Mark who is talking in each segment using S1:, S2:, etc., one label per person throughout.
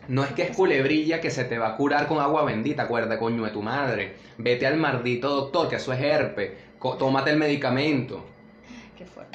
S1: No es que es culebrilla que se te va a curar con agua bendita, acuérdate, coño de tu madre. Vete al maldito doctor, que eso es herpes. Tómate el medicamento.
S2: Qué fuerte.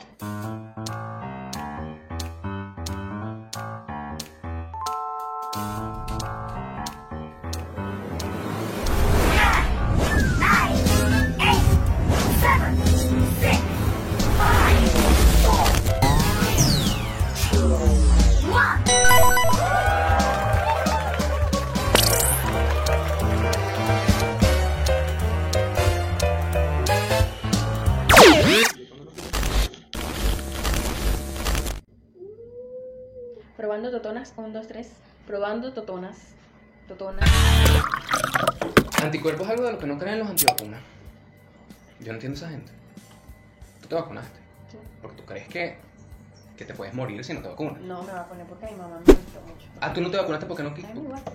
S2: Probando totonas, 1, 2, 3. Probando totonas. Totonas.
S1: Anticuerpos es algo de lo que no creen los antivacunas. Yo no entiendo a esa gente. Tú te vacunaste.
S2: Sí.
S1: Porque tú crees que te puedes morir si no te vacunas.
S2: No me vacuné porque mi mamá me gustó mucho.
S1: Ah, tú no te vacunaste porque no
S2: Ay,
S1: quisiste.
S2: muy guapo.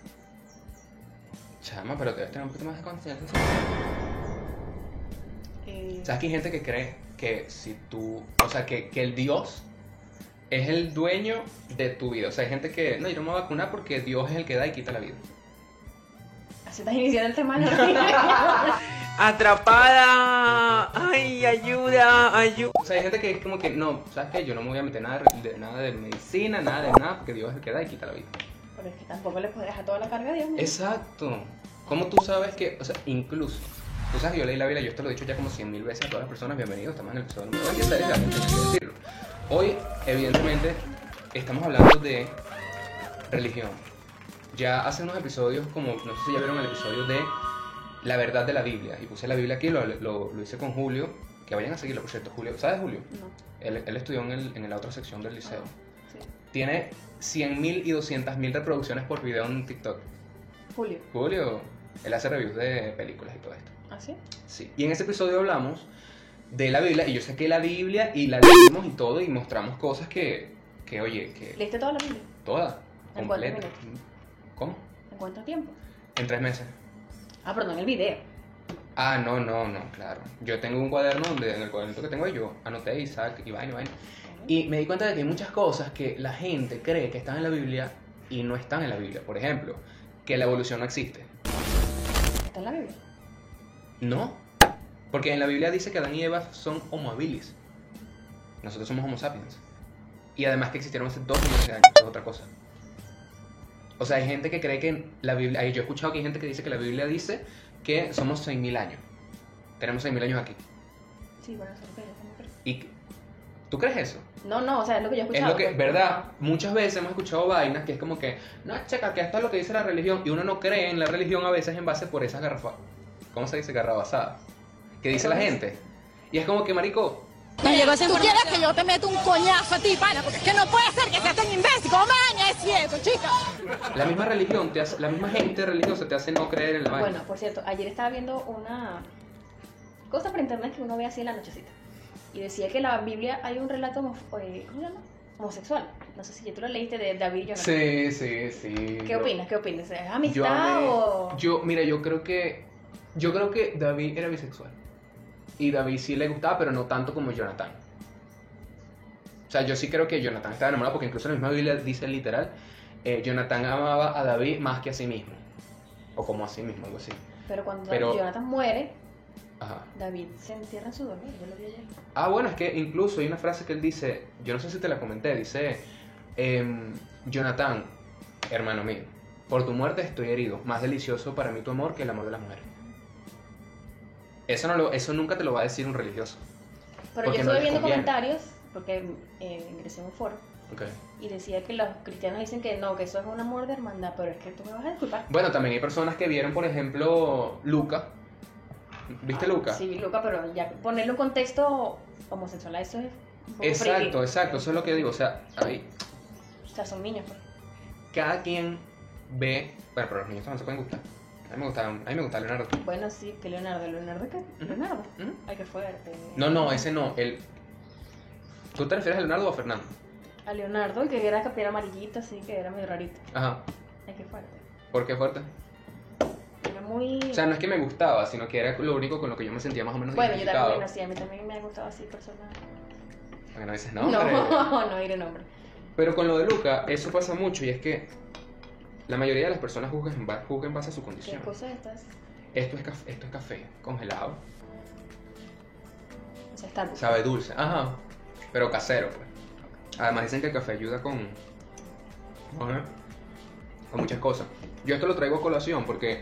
S1: Chama, pero debes tener un poquito más de conciencia. ¿Sabes que hay gente que cree que si tú, o sea, que el Dios es el dueño de tu vida? O sea, hay gente que, no, yo no me voy a vacunar porque Dios es el que da y quita la vida.
S2: Así estás iniciando el tema, ¿no?
S3: Atrapada. Ay, ayuda, ayuda.
S1: O sea, hay gente que es como que, no, ¿sabes qué? Yo no me voy a meter nada de medicina, nada de nada, porque Dios es el que da y quita la vida.
S2: Pero es que tampoco le puedes dejar toda la carga a Dios, ¿no?
S1: Exacto. ¿Cómo tú sabes que, o sea, incluso, tú sabes que yo leí la Biblia, yo te lo he dicho ya como 100.000 veces a todas las personas, bienvenidos, estamos en el episodio número 26, realmente hay que decirlo. Hoy, evidentemente, estamos hablando de religión. Ya hace unos episodios, como, no sé si ya vieron el episodio de la verdad de la Biblia, y puse la Biblia aquí, lo hice con Julio, que vayan a seguirlo, por cierto. Julio, ¿sabes Julio?
S2: No.
S1: Él estudió en la otra sección del liceo.
S2: Sí.
S1: Tiene 100.000 y 200.000 reproducciones por video en TikTok. Julio, él hace reviews de películas y todo esto.
S2: ¿Ah, sí?
S1: Sí. Y en ese episodio hablamos de la Biblia, y yo saqué la Biblia y la leímos y todo, y mostramos cosas que oye, que...
S2: ¿Leíste toda la Biblia?
S1: Toda,
S2: ¿En cuántos
S1: completa. ¿Cómo?
S2: ¿En cuánto tiempo?
S1: En 3 meses.
S2: Ah, pero no en el video.
S1: Ah, no, claro. Yo tengo un cuaderno donde, en el cuadernito que tengo yo, anoté Isaac y vaina. Y me di cuenta de que hay muchas cosas que la gente cree que están en la Biblia y no están en la Biblia. Por ejemplo, que la evolución no existe.
S2: ¿Está en la Biblia?
S1: No, porque en la Biblia dice que Adán y Eva son homo habilis. Nosotros somos homo sapiens. Y además que existieron hace 2 millones de años, eso es otra cosa. O sea, hay gente que cree que la Biblia... Yo he escuchado que hay gente que dice que la Biblia dice que somos 6.000 años. Tenemos 6.000 años aquí.
S2: Sí, bueno, eso es lo que yo también creo.
S1: ¿Y tú crees eso?
S2: No, o sea, es lo que yo he
S1: Es
S2: escuchado.
S1: lo que,
S2: pues.
S1: ¿verdad? Muchas veces hemos escuchado vainas que es como que, no, checa, que esto es lo que dice la religión, y uno no cree en la religión a veces en base por esas garrafas. ¿Cómo se dice? Garrabasadas. Que dice la gente. Y es como que, marico,
S4: ¿Tú quieres que yo te meta un coñazo a ti, pana? Porque es que no puede ser que seas tan imbécil. ¿Cómo maña es cierto, chica?
S1: la misma religión, la misma gente religiosa te hace no creer en la vaina.
S2: Bueno, por cierto, ayer estaba viendo una cosa por internet que uno ve así en la nochecita. Y decía que en la Biblia hay un relato ¿cómo se llama? Homosexual. No sé si tú lo leíste de David y Jonathan.
S1: Sí.
S2: ¿Qué opinas? ¿Es amistad o...?
S1: Mira, yo creo que David era bisexual. Y David sí le gustaba, pero no tanto como Jonathan. O sea, yo sí creo que Jonathan estaba enamorado, porque incluso en la misma Biblia dice literal, Jonathan amaba a David más que a sí mismo. O como a sí mismo, algo así.
S2: Pero cuando
S1: Pero-
S2: Jonathan muere,
S1: Ajá.
S2: David se entierra en su dolor. Yo lo vi ayer.
S1: Ah, bueno, es que incluso hay una frase que él dice, yo no sé si te la comenté, dice, Jonathan, hermano mío, por tu muerte estoy herido, más delicioso para mí tu amor que el amor de las mujeres. Eso nunca te lo va a decir un religioso.
S2: Pero
S1: Porque
S2: yo
S1: no
S2: estuve
S1: les
S2: viendo
S1: conviene.
S2: comentarios, porque ingresé en un foro,
S1: Okay.
S2: y decía que los cristianos dicen que no, que eso es un amor de hermandad, pero es que tú me vas a disculpar.
S1: Bueno, también hay personas que vieron, por ejemplo, Luca. ¿Viste Luca?
S2: Sí, Luca, pero ya ponerlo en contexto homosexual, eso es un poco friki.
S1: Exacto, eso es lo que digo. O sea,
S2: O sea, son niños, pues.
S1: cada quien ve. Bueno, pero los niños también se pueden gustar. A mí me gusta Leonardo.
S2: Bueno, sí, que Leonardo. ¿Leonardo qué?
S1: Ujú.
S2: Leonardo.
S1: Ujú.
S2: Ay, qué fuerte.
S1: No, ese no. ¿Tú te refieres a Leonardo o a Fernando?
S2: A Leonardo, el que era capiera amarillito, así que era medio rarito.
S1: Ajá.
S2: Ay, qué fuerte.
S1: ¿Por qué fuerte?
S2: Era muy...
S1: O sea, no es que me gustaba, sino que era lo único con lo que yo me sentía más o menos
S2: bueno, yo
S1: identificado.
S2: también, así, a mí también me ha gustado así personas.
S1: Porque no dices
S2: No,
S1: nombre.
S2: no diré nombre.
S1: Pero con lo de Luca, eso pasa mucho, y es que la mayoría de las personas juzgan en base a su
S2: ¿Qué
S1: condición.
S2: cosa estas?
S1: Esto es café congelado.
S2: O sea, Starbucks.
S1: Sabe dulce, ajá, pero casero, pues. Además dicen que el café ayuda con muchas cosas. Yo esto lo traigo a colación porque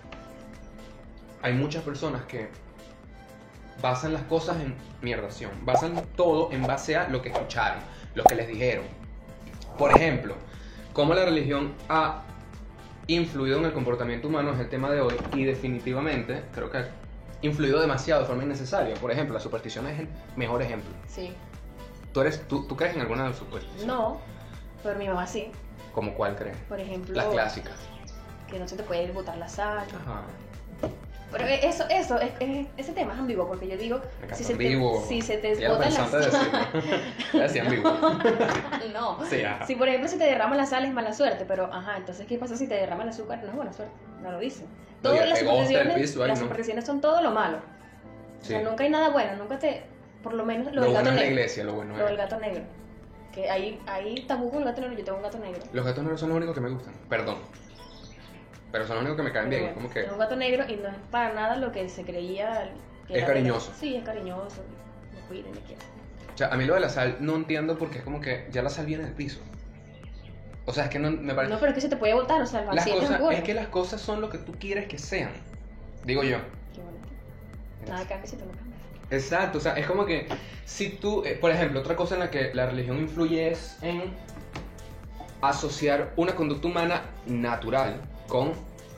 S1: hay muchas personas que basan las cosas en mierdación, basan todo en base a lo que escucharon, lo que les dijeron. Por ejemplo, cómo la religión ha influido en el comportamiento humano es el tema de hoy, y definitivamente creo que ha influido demasiado de forma innecesaria. Por ejemplo, la superstición es el mejor ejemplo.
S2: Sí.
S1: ¿Tú crees en alguna de las supersticiones?
S2: No, pero mi mamá sí.
S1: ¿Cómo cuál crees?
S2: Por ejemplo,
S1: Las clásicas.
S2: que no se te puede botar la sal.
S1: Ajá.
S2: Pero ese tema es ambiguo porque yo digo,
S1: Me encanta
S2: si
S1: ambiguo.
S2: se te
S1: Ya lo
S2: bota la
S1: pensé antes de
S2: sal.
S1: decirlo. Así ambiguo.
S2: No.
S1: Sí, ajá.
S2: Si por ejemplo se te derrama la sal es mala suerte, pero ajá, entonces ¿qué pasa si te derrama el azúcar? No es buena suerte, no lo dicen.
S1: No,
S2: Todas
S1: y
S2: las
S1: te gosta el
S2: supersticiones,
S1: piso ahí,
S2: las
S1: ¿no?
S2: supersticiones son todo lo malo. O
S1: Sí.
S2: sea, nunca hay nada bueno, nunca te, por lo menos lo
S1: Lo
S2: del
S1: bueno
S2: gato
S1: es la
S2: negro.
S1: iglesia, lo bueno
S2: Lo del
S1: es.
S2: gato negro. Que hay tabú con el gato negro, yo tengo un gato negro.
S1: Los gatos negros son los únicos que me gustan. Perdón. Pero son los únicos que me caen bien.
S2: Pero
S1: Es como
S2: bueno,
S1: que.
S2: tengo un gato negro y no es para nada lo que se creía. Que
S1: Es
S2: era
S1: cariñoso.
S2: Sí, es cariñoso. Me cuida y me quiere.
S1: O sea, a mí lo de la sal no entiendo porque es como que ya la sal viene del piso. O sea, es que no me parece.
S2: No, pero es que se te puede botar, o sea, el
S1: Las
S2: vacío
S1: cosas,
S2: es
S1: es que las cosas son lo que tú quieres que sean. Digo yo.
S2: Qué bonito. Nada cambia si tú no cambias.
S1: Exacto, o sea, es como que si tú, por ejemplo, otra cosa en la que la religión influye es en asociar una conducta humana natural con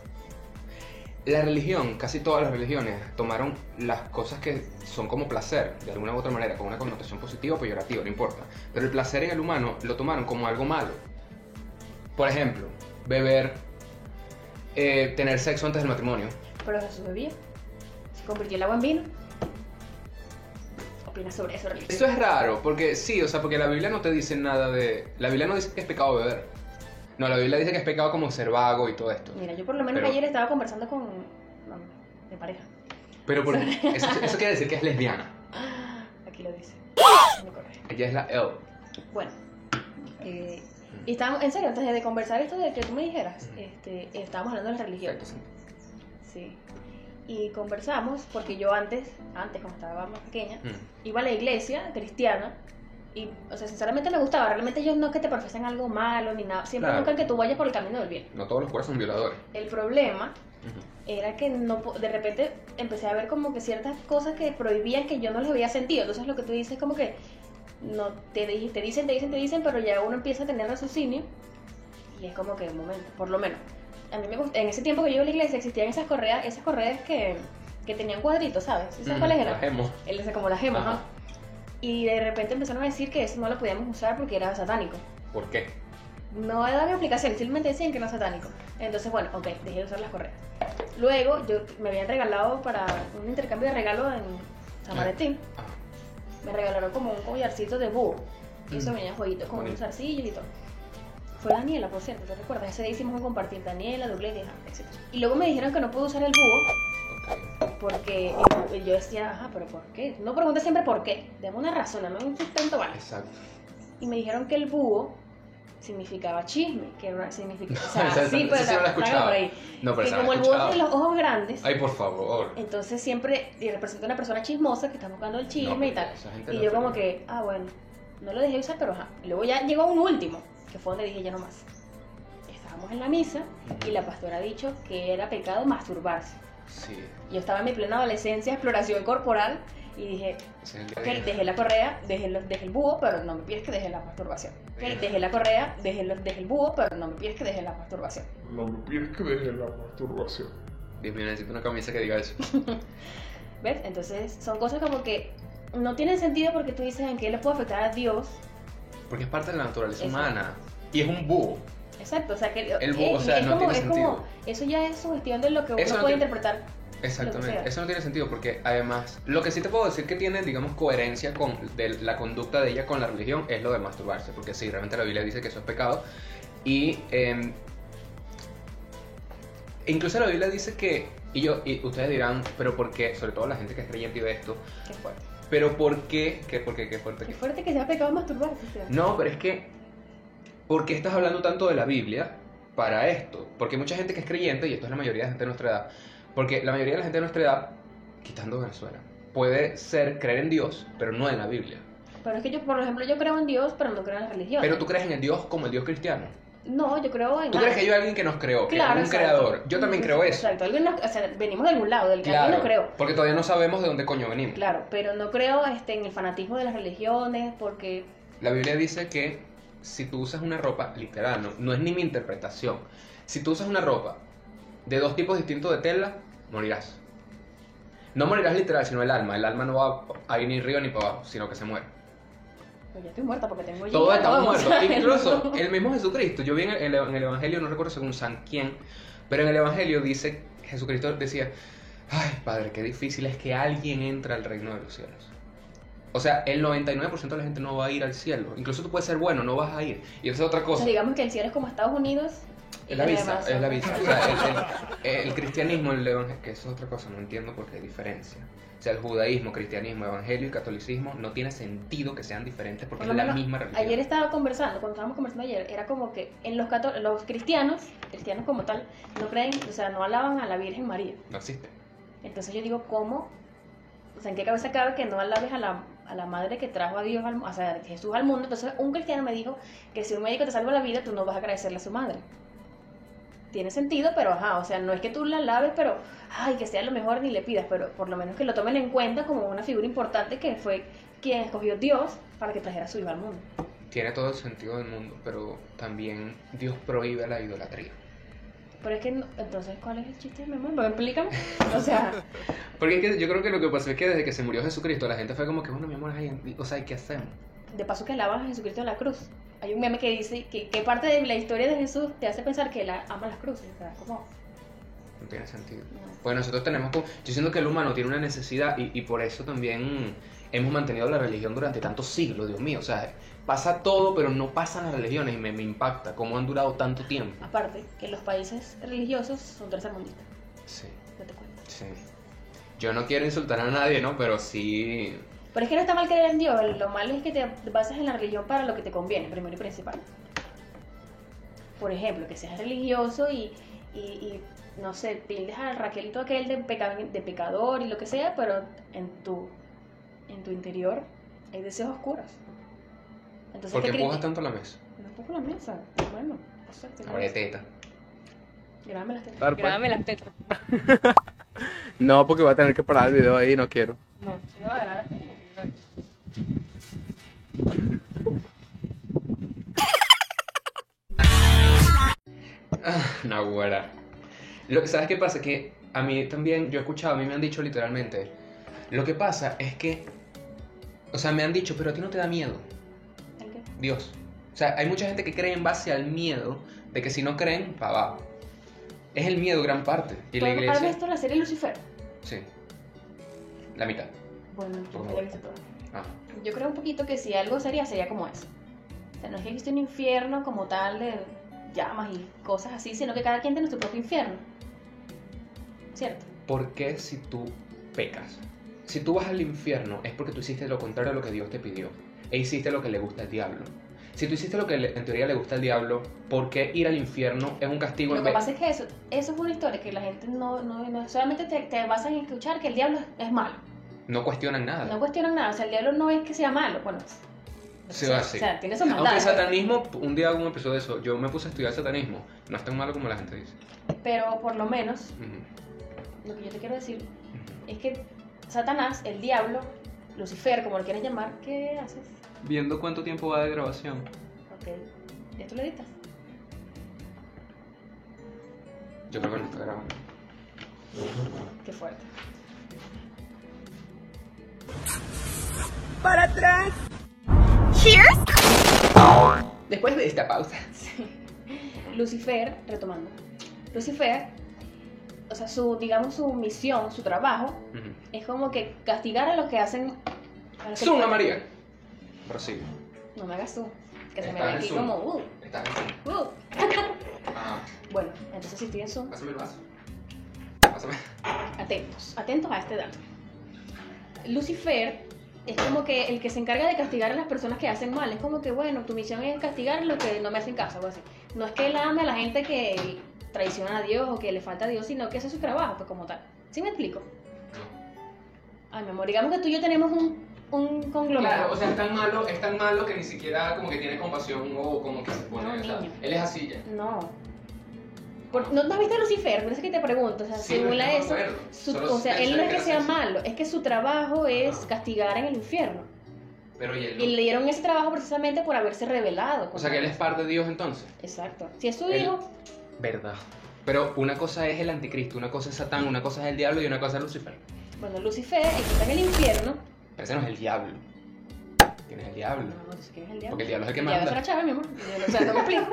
S1: la religión. Casi todas las religiones tomaron las cosas que son como placer, de alguna u otra manera, con una connotación positiva o peyorativa, no importa. Pero el placer en el humano lo tomaron como algo malo. Por ejemplo, beber, tener sexo antes del matrimonio.
S2: Pero Jesús bebía. Se convirtió el agua en vino. ¿Qué opinas sobre eso, religión?
S1: Eso es raro, porque sí, o sea, porque la Biblia no te dice nada de... La Biblia no dice que es pecado beber. No, la Biblia dice que es pecado como ser vago y todo esto.
S2: Mira, yo por lo menos
S1: Pero-
S2: ayer estaba conversando con mi pareja.
S1: Pero eso quiere decir que es lesbiana.
S2: Aquí lo dice. Me corrige.
S1: Ella es la L.
S2: Bueno, y estábamos, en serio, antes de conversar esto de que tú me dijeras, estábamos hablando de la religión. Sí. Y conversamos porque yo antes cuando estaba más pequeña, iba a la iglesia cristiana y, o sea, sinceramente me gustaba. Realmente ellos no es que te profesen algo malo ni nada, siempre
S1: Claro.
S2: buscan que tú vayas por el camino del bien.
S1: No todos los curas son violadores.
S2: El problema era que de repente empecé a ver como que ciertas cosas que prohibían que yo no les veía sentido. Entonces lo que tú dices como que no te dicen, pero ya uno empieza a tener raciocinio y es como que un momento, por lo menos. A mí me gusta, en ese tiempo que yo iba a la iglesia existían esas correas que tenían cuadritos, ¿sabes? ¿Sabes cuáles eran?
S1: La gemo.
S2: Como las gemas,
S1: Ajá.
S2: ¿no? Y de repente empezaron a decir que eso no lo podíamos usar porque era satánico.
S1: ¿Por qué?
S2: No daban explicaciones, simplemente decían que no era satánico. Entonces, bueno, ok, dejé de usar las correas. Luego, me habían regalado para un intercambio de regalos en San Valentín.
S1: Ajá.
S2: Me regalaron como un collarcito de búho. Y eso venía jueguito con
S1: Bonito.
S2: unos zarcillos y todo. Fue Daniela, por cierto, ¿te recuerdas? Ese día hicimos un compartir, Daniela, Douglas, etc. Y luego me dijeron que no puedo usar el búho
S1: Ok.
S2: porque yo decía, ajá, pero ¿por qué? No preguntes siempre por qué. Dame una razón, dame un sustento, vale.
S1: Exacto.
S2: Y me dijeron que el búho significaba chisme, que significaba, o sea,
S1: Esa-
S2: sí,
S1: esa
S2: pero
S1: sí no la he
S2: estaba
S1: escuchado.
S2: por ahí.
S1: No, pero
S2: Que
S1: esa la he
S2: como el búho
S1: escuchado.
S2: tiene los ojos grandes,
S1: Ay, por favor.
S2: entonces siempre y representa una persona chismosa que está buscando el chisme
S1: No,
S2: y tal.
S1: esa gente
S2: Y
S1: no
S2: yo
S1: tiene-
S2: como que, bueno, no lo dejé usar, pero ajá. Y luego ya llegó un último, que fue donde dije ya no más. Estábamos en la misa y la pastora ha dicho que era pecado masturbarse.
S1: Sí.
S2: Yo estaba en mi plena adolescencia, exploración corporal, y dije,
S1: Ese es el
S2: ok,
S1: día de-
S2: dejé la correa, dejé el búho, pero no me pides que deje la masturbación. Ok, dejé la correa, dejé el búho, pero no me pides que deje la masturbación.
S5: No me pides que deje la masturbación.
S1: Dios mío, necesito una camisa que diga eso.
S2: ¿Ves? Entonces son cosas como que no tienen sentido porque tú dices en qué le puede afectar a Dios.
S1: Porque es parte de la naturaleza
S2: Exacto.
S1: humana. Y es un búho.
S2: Exacto, o sea que
S1: El búho, o sea, no tiene sentido.
S2: eso ya es sugestión de lo que uno
S1: Eso no
S2: puede
S1: tiene-
S2: interpretar.
S1: Exactamente,
S2: sea.
S1: eso no tiene sentido porque además, lo que sí te puedo decir que tiene, digamos, coherencia con la conducta de ella con la religión es lo de masturbarse, porque sí, realmente la Biblia dice que eso es pecado y incluso la Biblia dice que, y ustedes dirán, pero ¿por qué? Sobre todo la gente que es creyente y ve esto,
S2: Qué fuerte.
S1: pero ¿por qué? ¿Qué fuerte?
S2: Qué fuerte que sea pecado masturbarse. O sea.
S1: No, pero es que, ¿por qué estás hablando tanto de la Biblia para esto. Porque hay mucha gente que es creyente, y esto es la mayoría de gente de nuestra edad, porque la mayoría de la gente de nuestra edad, quitando Venezuela, puede creer en Dios, pero no en la Biblia.
S2: Pero es que yo, por ejemplo, yo creo en Dios, pero no creo en la religión.
S1: Pero tú crees en el Dios como el Dios cristiano.
S2: No, yo creo en
S1: ¿Tú crees que hay alguien que nos creó, que
S2: Claro,
S1: es un
S2: exacto.
S1: creador? Yo también creo eso.
S2: Exacto, o sea, venimos de algún lado, del que alguien
S1: Claro,
S2: no creo.
S1: porque todavía no sabemos de dónde coño venimos.
S2: Claro, pero no creo en el fanatismo de las religiones, porque
S1: La Biblia dice que si tú usas una ropa, literal, no es ni mi interpretación. Si tú usas una ropa de dos tipos distintos de tela, morirás. No morirás literal, sino el alma. El alma no va a ir ni arriba ni para abajo, sino que se muere.
S2: pues ya estoy muerta porque tengo
S1: Todos estamos
S2: o
S1: muertos.
S2: sea,
S1: Incluso
S2: no.
S1: el mismo Jesucristo. Yo vi en el Evangelio, no recuerdo según San quién, pero en el Evangelio dice, Jesucristo decía, ay, Padre, qué difícil es que alguien entre al reino de los cielos. O sea, el 99% de la gente no va a ir al cielo. Incluso tú puedes ser bueno, no vas a ir. Y esa es otra
S2: O
S1: cosa.
S2: sea, digamos que el cielo es como Estados Unidos. y
S1: Es la
S2: los
S1: visa,
S2: demás
S1: es
S2: son-
S1: la visa. O sea, el cristianismo, el evangelio, que eso es otra cosa, no entiendo por qué hay diferencia. O sea, el judaísmo, cristianismo, evangelio y catolicismo no tiene sentido que sean diferentes porque
S2: Por
S1: es
S2: lo
S1: la
S2: menos,
S1: misma religión.
S2: Ayer estaba conversando, cuando estábamos conversando ayer, era como que en los cristianos como tal, no creen, o sea, no alaban a la Virgen María.
S1: No existe.
S2: Entonces yo digo, ¿cómo? O sea, ¿en qué cabeza cabe que no alabes a la madre que trajo a Dios, o sea, Jesús al mundo? Entonces un cristiano me dijo que si un médico te salva la vida, tú no vas a agradecerle a su madre. Tiene sentido, pero ajá, o sea, no es que tú la alabes, pero, ay, que sea lo mejor ni le pidas, pero por lo menos que lo tomen en cuenta como una figura importante que fue quien escogió Dios para que trajera a su hijo al mundo.
S1: Tiene todo el sentido del mundo, pero también Dios prohíbe la idolatría.
S2: Pero es que, entonces, ¿cuál es el chiste, mi amor? Explícame. O sea,
S1: Porque es que yo creo que lo que pasó es que desde que se murió Jesucristo, la gente fue como que, bueno, mi amor, ay, o sea, ¿qué hacemos?
S2: de paso que alaban a Jesucristo en la cruz. Hay un meme que dice que qué parte de la historia de Jesús te hace pensar que él ama las cruces. O sea, ¿cómo?
S1: No tiene sentido.
S2: No.
S1: Pues nosotros tenemos como... Yo siento que el humano tiene una necesidad y por eso también hemos mantenido la religión durante tantos siglos, Dios mío. O sea, pasa todo, pero no pasan las religiones y me impacta cómo han durado tanto tiempo.
S2: Aparte, que los países religiosos son tercermundistas.
S1: Sí,
S2: Date cuenta.
S1: sí. Yo no quiero insultar a nadie, ¿no? Pero sí...
S2: Pero es que no está mal creer en Dios. Lo malo es que te bases en la religión para lo que te conviene, primero y principal. Por ejemplo, que seas religioso y no sé, tildes a Raquelito aquel de pecador y lo que sea, pero en tu interior hay deseos oscuros. Entonces,
S1: ¿Por qué
S2: te
S1: empujas tanto la mesa?
S2: No empujo la mesa. Bueno, exacto.
S1: Abre teta.
S2: Grábame las tetas.
S1: Claro, pues.
S3: Grábame las tetas.
S1: No, porque voy a tener que parar el video ahí, no quiero.
S2: No, sí me va a grabar.
S1: Naguará. Lo que sabes qué pasa que a mí también, yo he escuchado, a mí me han dicho literalmente, lo que pasa es que, o sea, me han dicho, pero a ti no te da miedo,
S2: ¿El qué?
S1: Dios. O sea, hay mucha gente que cree en base al miedo de que si no creen, pa' abajo. Es el miedo gran parte. Y la
S2: ¿Has
S1: iglesia,
S2: visto la serie Lucifer?
S1: sí, la mitad.
S2: Bueno, yo
S1: Por
S2: no la he visto toda.
S1: Ah.
S2: Yo creo un poquito que si algo sería como eso. O sea, no es que existe un infierno como tal de llamas y cosas así, sino que cada quien tiene su propio infierno. ¿Cierto?
S1: ¿Por qué si tú pecas? Si tú vas al infierno es porque tú hiciste lo contrario a lo que Dios te pidió. E hiciste lo que le gusta al diablo. Si tú hiciste lo que en teoría le gusta al diablo, ¿por qué ir al infierno es un castigo?
S2: Lo
S1: en
S2: que
S1: vez-
S2: pasa es que eso es una historia que la gente no solamente te basan en escuchar que el diablo es malo.
S1: No cuestionan nada.
S2: No cuestionan nada. O sea, el diablo no es que sea malo. Bueno,
S1: Sí, va así.
S2: o sea, tiene su maldad.
S1: Aunque el
S2: pues.
S1: satanismo, un día hago un episodio de eso, yo me puse a estudiar satanismo. No es tan malo como la gente dice.
S2: Pero por lo menos,
S1: Ujú,
S2: lo que yo te quiero decir
S1: ujú.
S2: es que Satanás, el diablo, Lucifer, como lo quieras llamar, ¿qué haces?
S1: Viendo cuánto tiempo va de grabación.
S2: Ok, ¿ya tú lo editas?
S1: Yo creo que no está grabando.
S2: Qué fuerte.
S3: Para atrás.
S1: Después de esta pausa.
S2: Lucifer, retomando. Lucifer, o sea, digamos su misión, su trabajo,
S1: Ujú.
S2: es como que castigar a los que hacen... a los que-
S1: Zoom a María. Prosigue.
S2: No me hagas tú, que se me
S1: Estás
S2: ve
S1: en
S2: aquí
S1: Zoom.
S2: como...
S1: Estás en Zoom. Ah,
S2: Bueno, entonces si estoy en Zoom,
S1: pásame el vaso. Pásame.
S2: atentos a este dato. Lucifer es como que el que se encarga de castigar a las personas que hacen mal. Es como que, bueno, tu misión es castigar lo que no me hacen caso, algo así. no es que él ame a la gente que traiciona a Dios o que le falta a Dios, sino que ese es su trabajo, pues como tal. ¿Sí me explico? Ay, mi amor, digamos que tú y yo tenemos un conglomerado.
S1: Claro, o sea, es tan malo que ni siquiera como que tiene compasión o como que se pone,
S2: No,
S1: o sea,
S2: niño.
S1: él es así ya.
S2: No. ¿No has visto Lucifer? Por eso que te pregunto, o sea,
S1: Sí,
S2: según
S1: pero
S2: la
S1: no me
S2: eso,
S1: acuerdo. Solo
S2: o sea,
S1: sé
S2: él no es que
S1: era
S2: sea
S1: así.
S2: malo, es que su trabajo es castigar en el infierno.
S1: Pero y él no.
S2: Y le dieron ese trabajo precisamente por haberse revelado.
S1: O sea, que él es parte de Dios entonces.
S2: Exacto. Si es su
S1: Él-
S2: hijo,
S1: Verdad. Pero una cosa es el anticristo, una cosa es Satán, una cosa es el diablo y una cosa es Lucifer.
S2: bueno, Lucifer, el que está en el infierno.
S1: Pero ese no es el diablo. ¿Quién es el diablo?
S2: No, no sé quién es el diablo.
S1: Porque el diablo es el que
S2: El diablo es
S1: manda.
S2: la chava, mi amor. O sea, no me explico.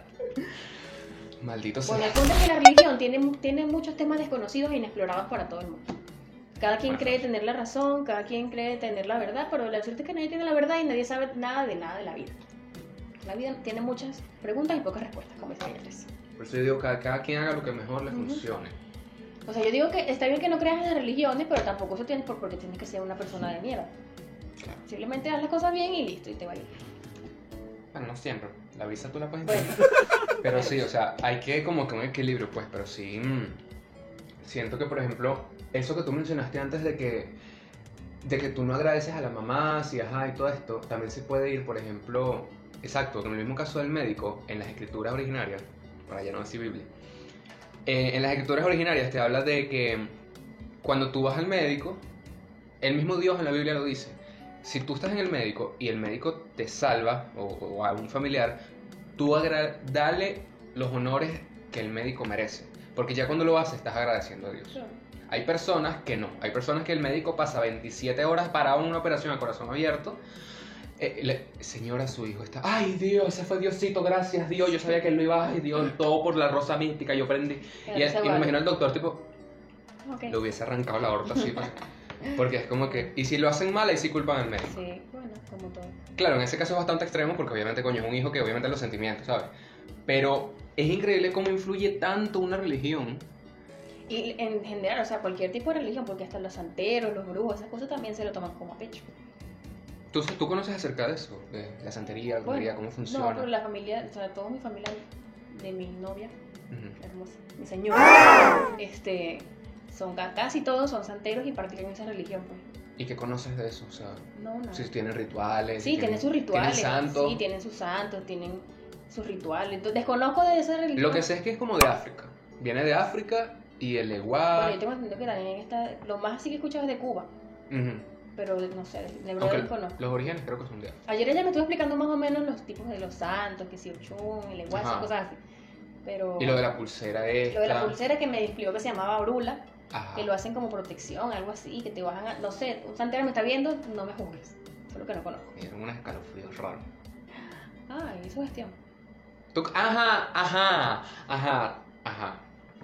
S1: Maldito
S2: Bueno,
S1: sea.
S2: el punto es que la religión tiene muchos temas desconocidos e inexplorados para todo el mundo. Cada quien cree tener la razón, cada quien cree tener la verdad, pero la cierto es que nadie tiene la verdad y nadie sabe nada de la vida. La vida tiene muchas preguntas y pocas respuestas, como dice Andrés.
S1: Por eso yo digo que cada quien haga lo que mejor le funcione.
S2: O sea, yo digo que está bien que no creas en las religiones, pero tampoco eso tienes porque tienes que ser una persona de mierda.
S1: Claro.
S2: Simplemente haz las cosas bien y listo, y te va a ir.
S1: Bueno, no siempre. La visa tú la puedes
S2: Bueno.
S1: entender. Pero sí, o sea, hay que como que un equilibrio, pues. Pero sí, siento que, por ejemplo, eso que tú mencionaste antes de que tú no agradeces a la mamá, si ajá, y todo esto, también se puede ir, por ejemplo, exacto, en el mismo caso del médico, en las escrituras originarias, para ya no decir Biblia, en las escrituras originarias te habla de que cuando tú vas al médico, el mismo Dios en la Biblia lo dice. Si tú estás en el médico y el médico te salva, o a un familiar, tú dale los honores que el médico merece. Porque ya cuando lo haces estás agradeciendo a Dios. Hay personas que no. Hay personas que el médico pasa 27 horas parado en una operación a corazón abierto. Señora, su hijo está. ¡Ay, Dios! Ese fue Diosito, gracias, Dios. Yo sabía que él lo iba a. ¡Ay, Dios! Todo por la rosa mística, yo aprendí. Y me imagino al doctor, tipo,
S2: Ok.
S1: le hubiese arrancado la aorta así. Pues, porque es como que. Y si lo hacen mal, ahí sí culpan al médico.
S2: Sí, bueno, como todo.
S1: Claro, en ese caso es bastante extremo porque obviamente, coño, es un hijo que obviamente los sentimientos, ¿sabes? Pero es increíble cómo influye tanto una religión.
S2: Y en general, o sea, cualquier tipo de religión, porque hasta los santeros, los brujos, esas cosas también se lo toman como a pecho.
S1: ¿Tú conoces acerca de eso? De la santería, la brujería, cómo funciona.
S2: No, pero la familia, o sea, toda mi familia de mi novia,
S1: Ujú.
S2: hermosa, mi señora, son casi todos son santeros y practican esa religión, pues.
S1: ¿Y qué conoces de eso? O sea,
S2: No, nada.
S1: si tienen rituales.
S2: Sí, tienen sus rituales.
S1: Tienen santos.
S2: Sí, tienen sus santos, tienen sus rituales. Entonces, desconozco de esa religión.
S1: Lo que sé es que es como de África. Viene de África y el Eguá.
S2: Bueno, yo tengo entendido que también está. Lo más así que he escuchado es de Cuba,
S1: Ujú.
S2: pero no sé, de verdad
S1: Aunque
S2: desconozco.
S1: los orígenes creo que son de África.
S2: Ayer ella me estuvo explicando más o menos los tipos de los santos, que si Ochun, el Eguá, esas
S1: Ajá.
S2: cosas así. Pero
S1: Y lo de la pulsera esta.
S2: lo de la pulsera que me explicó que se llamaba Brula,
S1: Ajá.
S2: que lo hacen como protección, algo así, que te bajan a. No sé, un santero me está viendo, no me juzgues. Solo que no conozco.
S1: Me dieron unos escalofríos raros.
S2: Ay, eso es gestión.
S1: Ajá.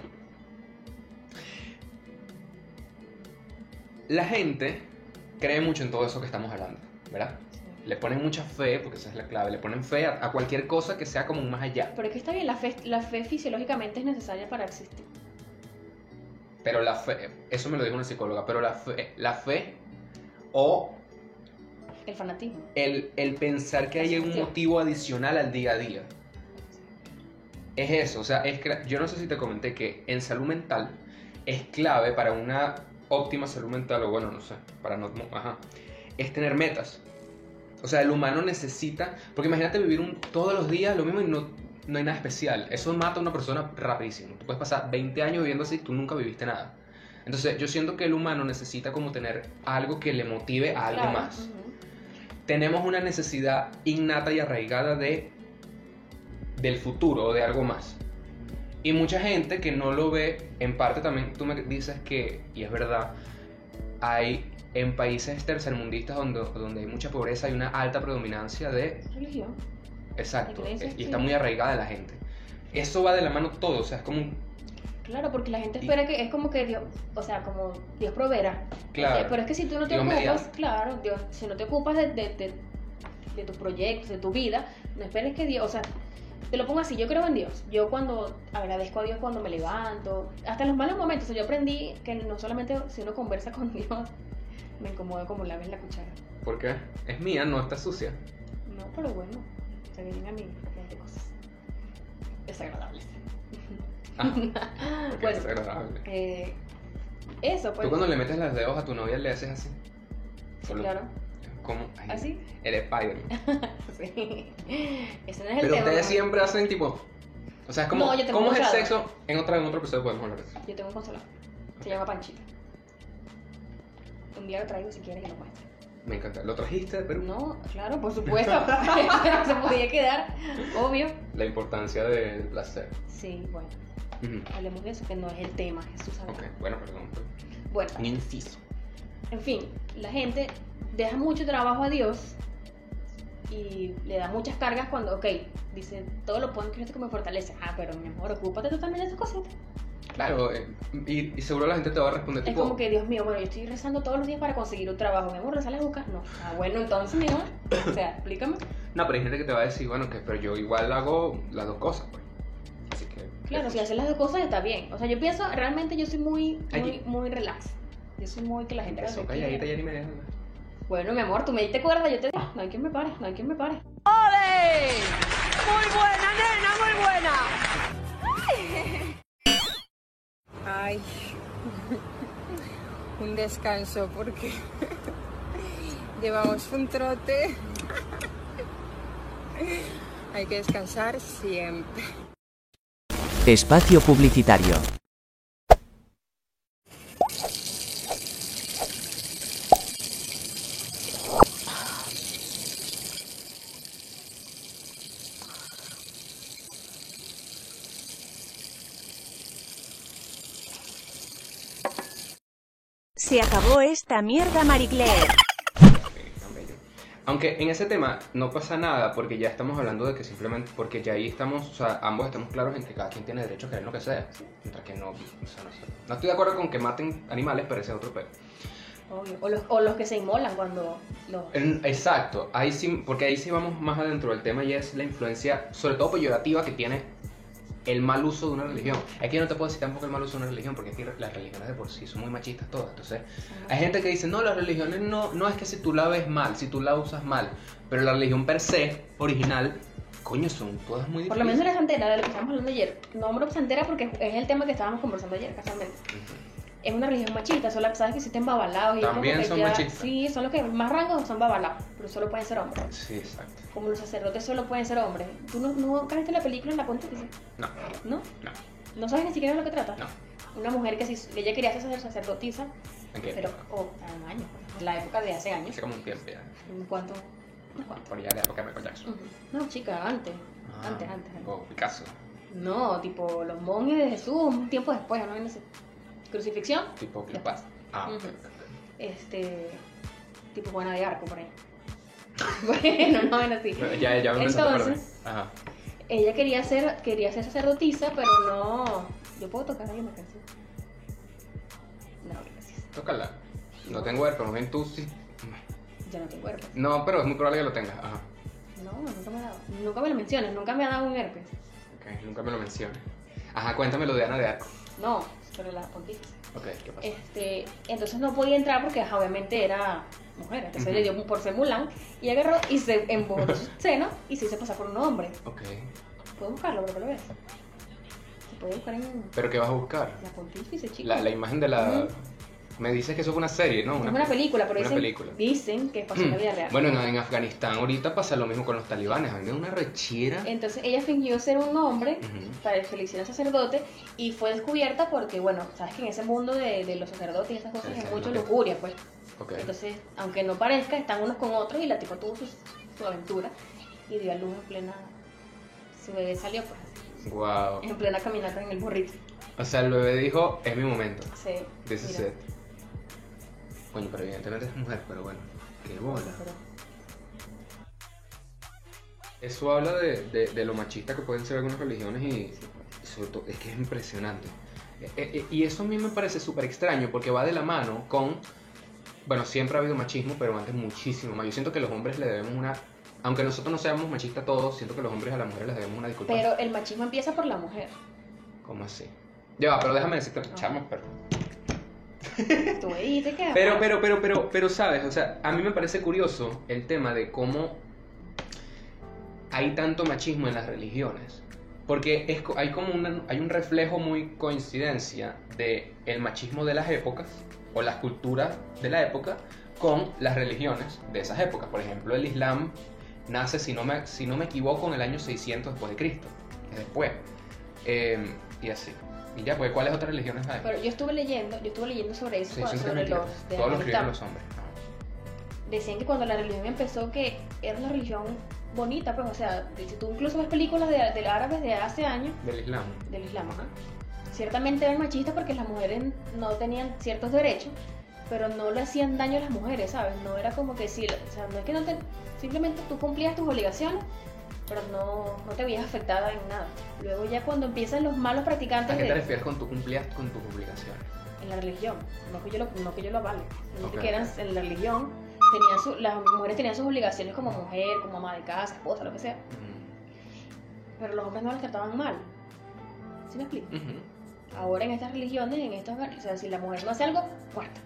S1: La gente cree mucho en todo eso que estamos hablando, ¿verdad? Le ponen mucha fe, porque esa es la clave, le ponen fe a cualquier cosa que sea como un más allá.
S2: Pero es que está bien, la fe fisiológicamente es necesaria para existir.
S1: Pero la fe, eso me lo dijo una psicóloga, pero la fe o
S2: El fanatismo.
S1: el pensar que hay un motivo adicional al día a día. Es eso, o sea, yo no sé si te comenté que en salud mental es clave para una óptima salud mental, o bueno, no sé, para no, es tener metas. O sea, el humano necesita, porque imagínate vivir todos los días lo mismo y no hay nada especial. Eso mata a una persona rapidísimo. Tú puedes pasar 20 años viviendo así y tú nunca viviste nada. Entonces, yo siento que el humano necesita como tener algo que le motive a algo
S2: Claro,
S1: más.
S2: ujú.
S1: Tenemos una necesidad innata y arraigada del futuro o de algo más. Y mucha gente que no lo ve, en parte también tú me dices que, y es verdad, hay en países tercermundistas donde hay mucha pobreza, hay una alta predominancia de...
S2: Religión.
S1: Exacto,
S2: Iglesias,
S1: y está
S2: sí.
S1: muy arraigada en la gente. Eso va de la mano todo, o sea, es como
S2: Claro, porque la gente espera que es como que Dios, o sea, como Dios proveerá.
S1: Claro.
S2: Pero es que si tú no te
S1: Dios
S2: ocupas,
S1: mediante.
S2: claro, Dios, si no te ocupas de tus proyectos, de tu vida, no esperes que Dios, o sea, te lo pongo así, yo creo en Dios. Yo cuando agradezco a Dios cuando me levanto, hasta en los malos momentos, o sea, yo aprendí que no solamente si uno conversa con Dios, me incomoda como laves la cuchara.
S1: ¿por qué? Es mía, no está sucia.
S2: No, pero bueno, se vienen a mí de cosas. Desagradables.
S1: Porque
S2: Bueno,
S1: es agradable.
S2: Eso, pues.
S1: Tú cuando le metes los dedos a tu novia le haces así.
S2: Sí, claro.
S1: ¿Cómo? Ay,
S2: ¿Así?
S1: Eres Spider-Man.
S2: Sí. Ese no es el
S1: Pero
S2: tema.
S1: ustedes
S2: ¿no?
S1: siempre hacen tipo. O sea, es como.
S2: No, yo tengo
S1: ¿Cómo es el
S2: consolado.
S1: sexo? En otro episodio podemos hablar de eso.
S2: Yo tengo un consolado. Se llama Panchita. Un día lo traigo si quieres y lo muestro.
S1: Me encanta. ¿Lo trajiste? Pero
S2: No, claro, por supuesto. Se podía quedar, obvio.
S1: la importancia del placer.
S2: Sí, bueno,
S1: Ujú.
S2: hablemos de eso, que no es el tema, Jesús sabe.
S1: Ok, bueno, perdón.
S2: Bueno,
S1: Un inciso.
S2: en fin, la gente deja mucho trabajo a Dios y le da muchas cargas cuando, ok, dice, todo lo puedo en Cristo que me fortalece. Ah, pero mi amor, ocúpate tú también de esas cositas.
S1: Claro, y seguro la gente te va a responder
S2: Es
S1: tipo.
S2: como que, Dios mío, bueno, yo estoy rezando todos los días para conseguir un trabajo. Mi amor, rezale a Lucas. No. Ah, bueno, entonces, mi amor, o sea, explícame.
S1: No, pero hay gente que te va a decir, bueno, que pero yo igual hago las dos cosas, pues. Así que.
S2: Claro, si haces las dos cosas está bien. O sea, yo pienso, realmente yo soy muy
S1: Allí.
S2: relax. Yo soy muy que la gente haga
S1: Empezó
S2: lo que
S1: calladita,
S2: quiera.
S1: ya ni me dejas hablar.
S2: Bueno, mi amor, tú me diste cuerda, yo te digo, no hay quien me pare, no hay quien me pare.
S4: ¡Ole! Muy buena, nena, muy buena.
S6: Ay, un descanso porque llevamos un trote. Hay que descansar siempre.
S7: Espacio publicitario.
S8: Se acabó esta mierda, Marie Claire.
S1: Tan bello. Aunque en ese tema no pasa nada porque ya estamos hablando de que simplemente, porque ya ahí estamos, o sea, ambos estamos claros en que cada quien tiene derecho a querer lo que sea. Mientras que no, o sea, no sé. No estoy de acuerdo con que maten animales, pero ese es otro pedo.
S2: Obvio. O los que se inmolan cuando los...
S1: Exacto, ahí sí, porque ahí sí vamos más adentro del tema y es la influencia, sobre todo peyorativa, que tiene el mal uso de una religión. Es que yo no te puedo decir tampoco el mal uso de una religión, porque es que las religiones de por sí son muy machistas todas. Entonces, hay gente que dice, no, las religiones no es que si tú la ves mal, si tú la usas mal, pero la religión per se, original, coño, son todas muy difíciles.
S2: Por lo menos la santera, de lo que estábamos hablando ayer. Nombro santera porque es el tema que estábamos conversando ayer, casualmente. Es una religión machista, solo sabes que existen babalaos y
S1: También
S2: como que
S1: son
S2: ya-
S1: machistas.
S2: Sí, son los que más rangos son babalaos, pero solo pueden ser hombres.
S1: Sí, exacto.
S2: Como los sacerdotes solo pueden ser hombres. ¿Tú no viste la película en la Pontífice?
S1: No,
S2: ¿No?
S1: no,
S2: ¿No sabes ni siquiera de lo que trata?
S1: no.
S2: Una mujer que ella quería ser sacerdotisa,
S1: ¿En qué?
S2: pero en años, en la época de hace años.
S1: Hace como un tiempo ya.
S2: ¿En cuánto? ¿En cuánto?
S1: Por ya la época de Michael Jackson.
S2: Ujú. No, chica, antes.
S1: Ah,
S2: Antes.
S1: O Picasso.
S2: No, tipo los monjes de Jesús, un tiempo después, no sé. Crucifixión.
S1: Tipo
S2: Después.
S1: Cleopatra. Ah,
S2: Ujú. Este. Tipo Juana de Arco, por ahí. Bueno, no, bueno, sí.
S1: ok. Ya me empezó a perder.
S2: Entonces,
S1: Ajá.
S2: ella quería ser sacerdotisa, pero no. Yo puedo tocar ahí una canción. No, gracias.
S1: Tócala. No tengo herpes, más bien tú sí.
S2: Yo no tengo herpes.
S1: No, pero es muy probable que lo tengas. Ajá.
S2: No, nunca me ha dado. Nunca me lo menciones, nunca me ha dado un herpes.
S1: Ok, nunca me lo menciones. Ajá, cuéntamelo de Ana de Arco.
S2: No, pero la pontífice.
S1: Ok, ¿qué pasó?
S2: Entonces no podía entrar porque obviamente era mujer. Entonces
S1: Ujú.
S2: le dio por ser Mulan y agarró y se embobó su seno y se hizo pasar por un hombre.
S1: Ok.
S2: ¿Puedo buscarlo, bro? ¿Que lo ves? Se puede buscar en
S1: ¿Pero qué vas a buscar?
S2: la pontífice, chicos.
S1: La imagen de la...
S2: Ujú.
S1: Me dices que eso fue una serie, ¿no?
S2: Es una película, pero
S1: una
S2: dicen,
S1: película.
S2: dicen que pasó en la vida real.
S1: Bueno, en Afganistán ahorita pasa lo mismo con los talibanes. A mí me da una rechera.
S2: Entonces ella fingió ser un hombre
S1: Ujú.
S2: para que le hicieran sacerdote y fue descubierta porque, bueno, sabes que en ese mundo de los sacerdotes y esas cosas
S1: Sí,
S2: es
S1: sí,
S2: mucho
S1: ok.
S2: lujuria, pues.
S1: Ok.
S2: Entonces, aunque no parezca, están unos con otros y la tipa tuvo su aventura y dio a luz en plena... Su bebé salió, pues,
S1: Wow.
S2: en plena caminata en el burrito.
S1: O sea, el bebé dijo, es mi momento.
S2: Sí.
S1: This is
S2: mira.
S1: it. Coño, pero evidentemente es mujer, pero bueno. Qué bola.
S2: Pero-
S1: Eso habla de lo machista que pueden ser algunas religiones y sobre todo, es que es impresionante. Y eso a mí me parece súper extraño porque va de la mano con, bueno, siempre ha habido machismo, pero antes muchísimo más. Yo siento que los hombres le debemos una, aunque nosotros no seamos machistas todos, siento que los hombres a las mujeres les debemos una disculpa.
S2: Pero el machismo empieza por la mujer.
S1: ¿Cómo así? Ya va, pero déjame decirte, chamo, pero...
S2: Tú ahí te quedas.
S1: Pero, ¿sabes? O sea, a mí me parece curioso el tema de cómo hay tanto machismo en las religiones. Porque hay como hay un reflejo muy coincidencia de el machismo de las épocas o las culturas de la época con las religiones de esas épocas. Por ejemplo, el Islam nace, si no me equivoco, en el año 600 después de Cristo, es después. Y así. Y ya, pues, ¿cuáles otras religiones hay?
S2: Pero yo estuve leyendo sobre eso,
S1: Sí, sí,
S2: sobre
S1: mentira.
S2: los de
S1: Todos los
S2: Afganistán.
S1: escriben los hombres.
S2: Decían que cuando la religión empezó, que era una religión bonita, pues, o sea, si tú incluso ves películas de árabes de hace años,
S1: Del Islam.
S2: del Islam, ajá. Ciertamente eran machistas porque las mujeres no tenían ciertos derechos, pero no le hacían daño a las mujeres, ¿sabes? No era como que sí, o sea, no es que simplemente tú cumplías tus obligaciones, pero no te veías afectada en nada. Luego ya cuando empiezan los malos practicantes
S1: ¿A qué te refieres con tu cumplías con tus obligaciones?
S2: en la religión, no que yo lo avale, sino
S1: Ok.
S2: que eran en la religión, las mujeres tenían sus obligaciones como mujer, como ama de casa, esposa, lo que sea, pero los hombres no las trataban mal. ¿Sí me explico? Ahora en estas religiones, o sea, si la mujer no hace algo, muerta.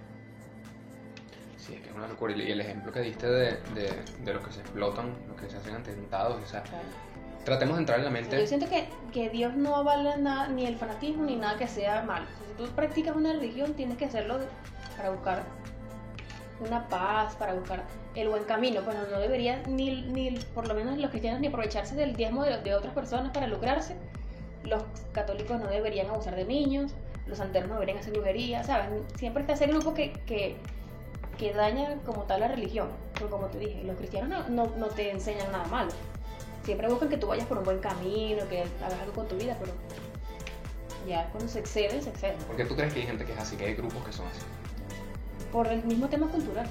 S1: Sí, es que es una locura. Y el ejemplo que diste de los que se explotan, los que se hacen atentados, o sea,
S2: Claro.
S1: tratemos de entrar en la
S2: O
S1: mente.
S2: sea, yo siento que Dios no avala nada, ni el fanatismo, ni nada que sea malo. O sea, si tú practicas una religión, tienes que hacerlo para buscar una paz, para buscar el buen camino. Pues no debería, ni por lo menos los cristianos, ni aprovecharse del diezmo de otras personas para lucrarse. Los católicos no deberían abusar de niños, los santeros no deberían hacer brujería, ¿sabes? Siempre está ese grupo que daña como tal la religión. Pero como te dije, los cristianos no te enseñan nada malo. Siempre buscan que tú vayas por un buen camino, que hagas algo con tu vida, pero ya cuando se exceden.
S1: ¿Por qué tú crees que hay gente que es así, que hay grupos que son así?
S2: Por el mismo tema cultural.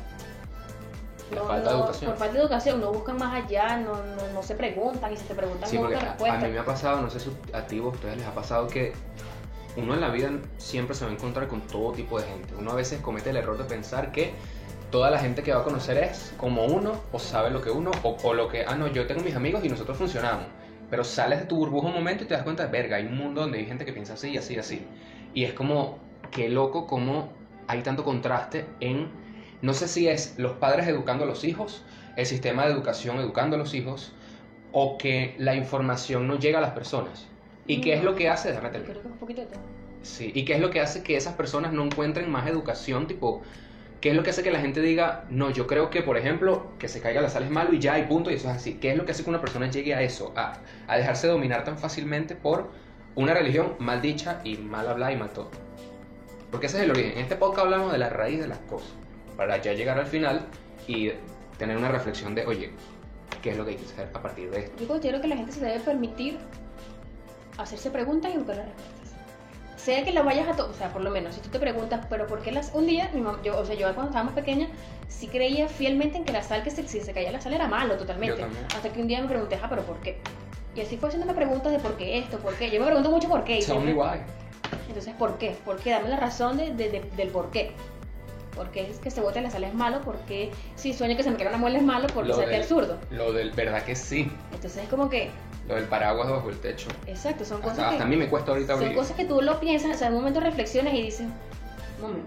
S1: La falta de educación.
S2: Por falta de educación, no buscan más allá, no se preguntan, y si te preguntan
S1: Sí,
S2: no
S1: porque
S2: buscan
S1: a
S2: respuesta.
S1: mí me ha pasado, no sé si a ti o a ustedes les ha pasado que uno en la vida siempre se va a encontrar con todo tipo de gente. Uno a veces comete el error de pensar que toda la gente que va a conocer es como uno, o sabe lo que uno, o lo que, no, yo tengo mis amigos y nosotros funcionamos. Pero sales de tu burbuja un momento y te das cuenta de, verga, hay un mundo donde hay gente que piensa así, así, así. Y es como, qué loco cómo hay tanto contraste en, no sé si es los padres educando a los hijos, el sistema de educación educando a los hijos, o que la información no llega a las personas. ¿Y qué es lo que hace? Déjame terminar.
S2: Creo que es un poquito de todo.
S1: Sí, ¿y qué es lo que hace que esas personas no encuentren más educación? Tipo, ¿qué es lo que hace que la gente diga, no, yo creo que, por ejemplo, que se caiga la sal es malo y ya, y punto, y eso es así? ¿Qué es lo que hace que una persona llegue a eso? A dejarse dominar tan fácilmente por una religión mal dicha y mal hablada y mal todo. Porque ese es el origen. En este podcast hablamos de la raíz de las cosas, para ya llegar al final y tener una reflexión de, oye, ¿qué es lo que hay que hacer a partir de esto?
S2: Yo considero que la gente se debe permitir hacerse preguntas y buscar las respuestas. Sea que la vayas o sea, por lo menos, si tú te preguntas, pero ¿por qué un día, yo cuando estábamos pequeñas, sí creía fielmente en que la sal, si se caía la sal era malo totalmente.
S1: Yo también.
S2: Hasta que un día me pregunté, pero ¿por qué? Y así fue haciéndome preguntas de por qué esto, por qué. Yo me pregunto mucho por qué. Y
S1: Son
S2: siempre-
S1: igual.
S2: Entonces, ¿por qué? ¿Por qué? Dame la razón del por qué. ¿Por qué es que se bote la sal es malo? ¿Por qué si sueño que se me cae una muela es malo? Porque es absurdo.
S1: Lo del, verdad que sí.
S2: Entonces es como que,
S1: Lo del paraguas bajo el techo.
S2: exacto, son cosas
S1: Hasta a mí me cuesta ahorita
S2: son
S1: abrir.
S2: cosas que tú lo piensas, o sea, en un momento reflexionas y dices, un momento.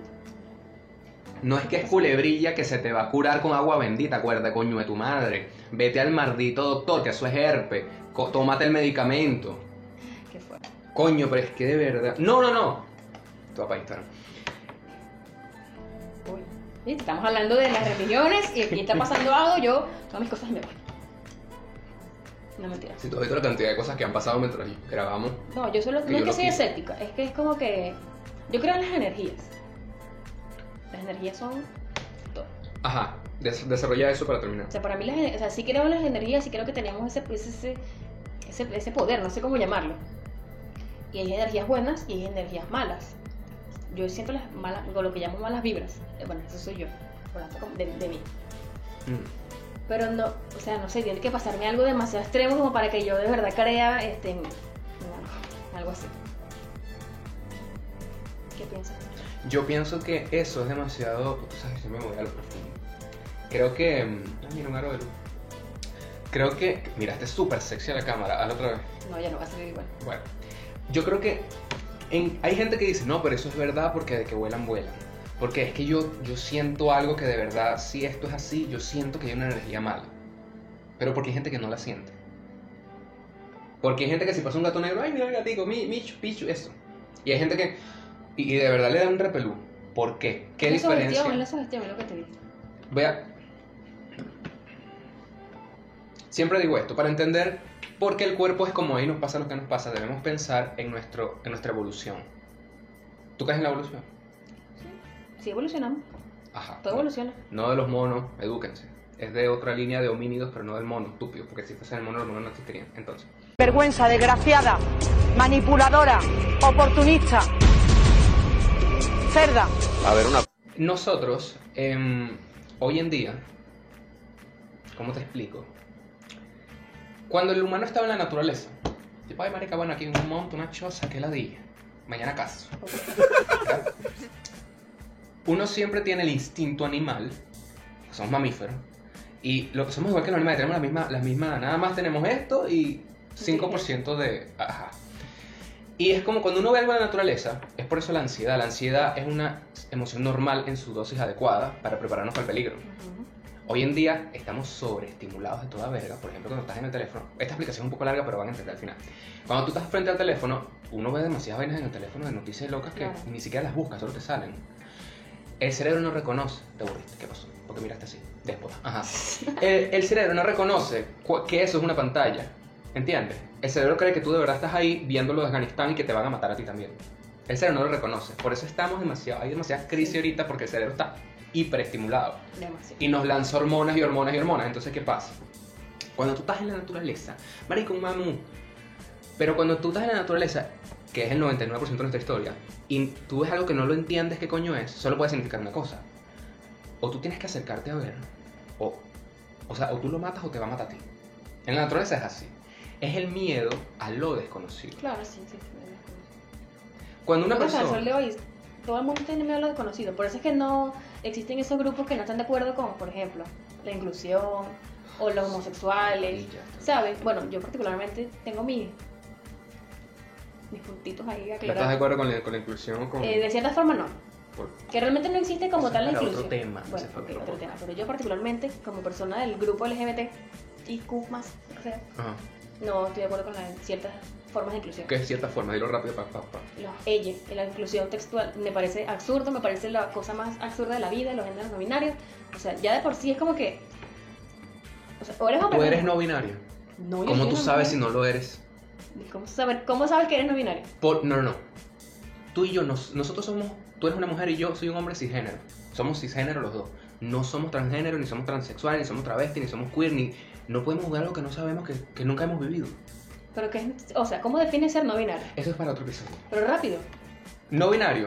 S1: No es que es culebrilla que se te va a curar con agua bendita, acuérdate, coño de tu madre. Vete al maldito doctor, que eso es herpes. Tómate el medicamento.
S2: ¿Qué fue?
S1: Coño, pero es que de verdad. No. Esto va para Instagram.
S2: Uy. ¿Viste? Estamos hablando de las religiones y aquí está pasando algo, yo todas mis cosas y me voy. No, mentira.
S1: Si tú has visto la cantidad de cosas que han pasado mientras grabamos.
S2: No, yo solo,
S1: Que
S2: no
S1: yo
S2: es que
S1: lo
S2: soy
S1: quise.
S2: escéptica, es que es como que yo creo en las energías. Las energías son todo.
S1: Ajá, desarrolla eso para terminar.
S2: O sea, para mí, o sea, sí creo en las energías, sí creo que tenemos ese poder, no sé cómo llamarlo. Y hay energías buenas y hay energías malas. Yo siento las malas, lo que llamo malas vibras. Bueno, eso soy yo, hablando de mí. Pero no, o sea, no sé, tiene que pasarme algo demasiado extremo como para que yo de verdad crea en algo así. ¿Qué piensas?
S1: Yo pienso que eso es demasiado. Tú sabes, yo me voy a lo profundo. Creo que. Mira, un aro de luz. Creo que. Miraste súper sexy a la cámara. Hazlo otra vez.
S2: No, ya no va a salir igual.
S1: Bueno, yo creo que. Hay gente que dice, no, pero eso es verdad porque de que vuelan, vuelan. Porque es que yo siento algo que de verdad, si esto es así, yo siento que hay una energía mala. Pero porque hay gente que no la siente. Porque hay gente que si pasa un gato negro, ay, mira el gatico, Michu, Pichu, eso. Y hay gente que, y de verdad le da un repelú. ¿Por qué? ¿Qué diferencia?
S2: Es la sugestión, es lo que te digo.
S1: Vea, siempre digo esto, para entender por qué el cuerpo es como ahí nos pasa lo que nos pasa, debemos pensar en nuestra evolución. ¿Tú crees en la evolución?
S2: Sí, evolucionamos.
S1: Ajá.
S2: Todo evoluciona.
S1: No de los monos, edúquense. Es de otra línea de homínidos, pero no del mono, estúpido, porque si fuese el mono, los monos no existirían. Entonces,
S4: Vergüenza, desgraciada, manipuladora, oportunista, cerda.
S9: A ver,
S1: nosotros, hoy en día, ¿cómo te explico? Cuando el humano estaba en la naturaleza, tipo, ay, marica, bueno, aquí un monte, una choza, qué ladilla. Mañana caso. ¿Verdad? Uno siempre tiene el instinto animal, somos mamíferos, y lo que somos igual que los animales, tenemos la misma, nada más tenemos esto y 5% de... Ajá. Y es como cuando uno ve algo en la naturaleza, es por eso la ansiedad es una emoción normal en su dosis adecuada para prepararnos para el peligro. Hoy en día estamos sobreestimulados de toda verga. Por ejemplo, cuando estás en el teléfono, esta explicación es un poco larga, pero van a entender al final. Cuando tú estás frente al teléfono, uno ve demasiadas vainas en el teléfono de noticias locas que ni siquiera las buscas, solo te salen. El cerebro no reconoce. Te aburriste, ¿qué pasó? Porque miraste así, déspota. Ajá. El cerebro no reconoce que eso es una pantalla. ¿Entiendes? El cerebro cree que tú de verdad estás ahí viéndolo de Afganistán y que te van a matar a ti también. El cerebro no lo reconoce. Por eso hay demasiadas crisis ahorita porque el cerebro está hiperestimulado.
S2: Demasiado.
S1: Y nos lanza hormonas y hormonas y hormonas. Entonces, ¿qué pasa? Cuando tú estás en la naturaleza, marico, un mamú. Pero cuando tú estás en la naturaleza, que es el 99% de nuestra historia, y tú ves algo que no lo entiendes qué coño es, solo puede significar una cosa. O tú tienes que acercarte a ver, o tú lo matas o te va a matar a ti. En la naturaleza es así. Es el miedo a lo desconocido.
S2: Claro, sí.
S1: Cuando una persona...
S2: Al sol de hoy, todo el mundo tiene miedo a lo desconocido. Por eso es que no existen esos grupos que no están de acuerdo con, por ejemplo, la inclusión o los homosexuales, ¿sabes? Bueno, yo particularmente tengo mis puntitos ahí
S1: ¿No
S2: aclarados.
S1: estás de acuerdo con la inclusión?
S2: De cierta forma no. Que realmente no existe como tal la
S1: para
S2: inclusión.
S1: otro tema.
S2: Bueno, otro tema. Pero yo particularmente, como persona del grupo LGBT, IQ+, o sea,
S1: Ajá.
S2: no estoy de acuerdo con ciertas formas de inclusión.
S1: ¿Qué es cierta forma? Dilo rápido,
S2: Los ella, la inclusión textual, me parece absurdo, me parece la cosa más absurda de la vida, los géneros no binarios. O sea, ya de por sí es como que... O sea, o eres hombre.
S1: ¿Tú eres no binario?
S2: No, yo
S1: ¿Cómo
S2: soy
S1: tú
S2: no
S1: sabes si
S2: binario.
S1: no lo eres?
S2: ¿Cómo sabes que eres no binario?
S1: No. Tú y yo, nosotros somos... Tú eres una mujer y yo soy un hombre cisgénero. Somos cisgénero los dos. No somos transgénero, ni somos transexuales, ni somos travestis, ni somos queer, ni... No podemos jugar algo que no sabemos, que nunca hemos vivido.
S2: Pero que es... O sea, ¿cómo defines ser no binario?
S1: Eso es para otro episodio.
S2: Pero rápido.
S1: No binario.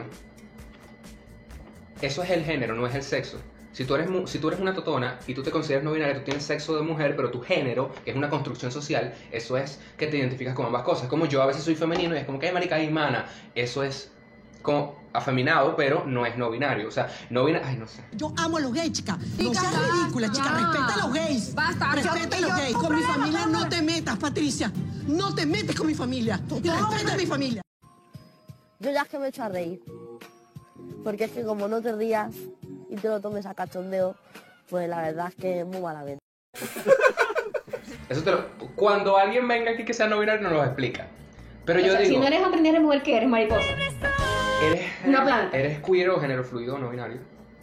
S1: Eso es el género, no es el sexo. Si tú eres una totona y tú te consideras no binaria, tú tienes sexo de mujer, pero tu género, que es una construcción social, eso es que te identificas con ambas cosas. Como yo a veces soy femenino y es como que hay marica y mana. Eso es como afeminado, pero no es no binario. O sea, no binario... Ay, no sé.
S10: Yo amo a los gays, chica. No seas ridícula, chica. Respeta a los gays.
S4: Basta.
S10: Respeta a los gays. Con mi familia no te metas, Patricia. No te metes con mi familia. Y respeta a mi familia.
S11: Yo ya es que me echo a reír. Porque es que como no te rías y te lo tomes a cachondeo, pues la verdad es que es muy malamente.
S1: Eso cuando alguien venga aquí que sea no binario nos lo explica. Pero yo
S2: sea,
S1: digo...
S2: si no eres hombre ni eres mujer, ¿qué eres? Mariposa.
S1: Eres
S2: una planta.
S1: ¿Eres queer o género fluido o no binario?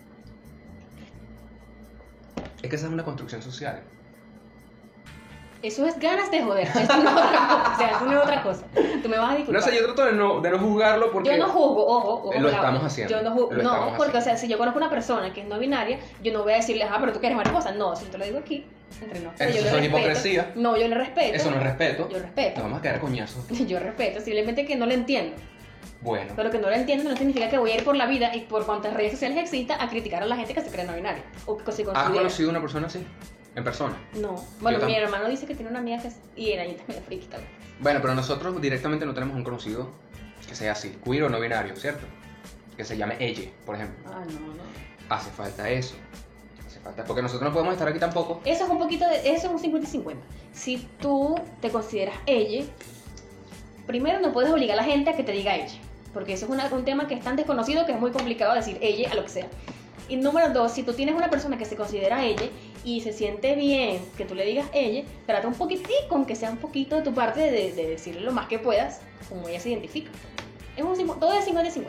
S1: Es que esa es una construcción social.
S2: Eso es ganas de joder. Eso no es otra cosa. O sea, eso no es otra cosa. Tú me vas a disculpar.
S1: No sé, yo trato de no juzgarlo porque...
S2: Yo no juzgo, ojo.
S1: Lo estamos haciendo.
S2: Yo no juzgo. No, porque, o sea, si yo conozco a una persona que es no binaria, yo no voy a decirle, pero tú que eres mariposa. No, si te lo digo aquí, entre nosotros.
S1: Eso es hipocresía.
S2: No, yo le respeto.
S1: Eso no es respeto.
S2: Yo respeto.
S1: Nos vamos a quedar a coñazos.
S2: Yo respeto, simplemente que no lo entiendo.
S1: Bueno.
S2: Pero que no lo entiendo no significa que voy a ir por la vida y por cuantas redes sociales exista a criticar a la gente que se cree no binaria. O que se considera.
S1: ¿Has conocido una persona así? ¿En persona?
S2: No. Bueno, mi hermano dice que tiene una amiga que es... Y ella es medio friki también.
S1: Bueno, pero nosotros directamente no tenemos un conocido que sea así, queer o no binario, ¿cierto? Que se llame ella, por ejemplo.
S2: No.
S1: Hace falta eso. Porque nosotros no podemos estar aquí tampoco.
S2: Eso es un poquito de... Eso es un 50-50. Si tú te consideras ella, primero no puedes obligar a la gente a que te diga ella. Porque eso es un tema que es tan desconocido que es muy complicado decir ella a lo que sea. Y número 2, si tú tienes una persona que se considera ella y se siente bien que tú le digas ella, trata un poquitico, aunque sea un poquito de tu parte, de decirle lo más que puedas, como ella se identifica. Todo es 50-50. Todo fluye.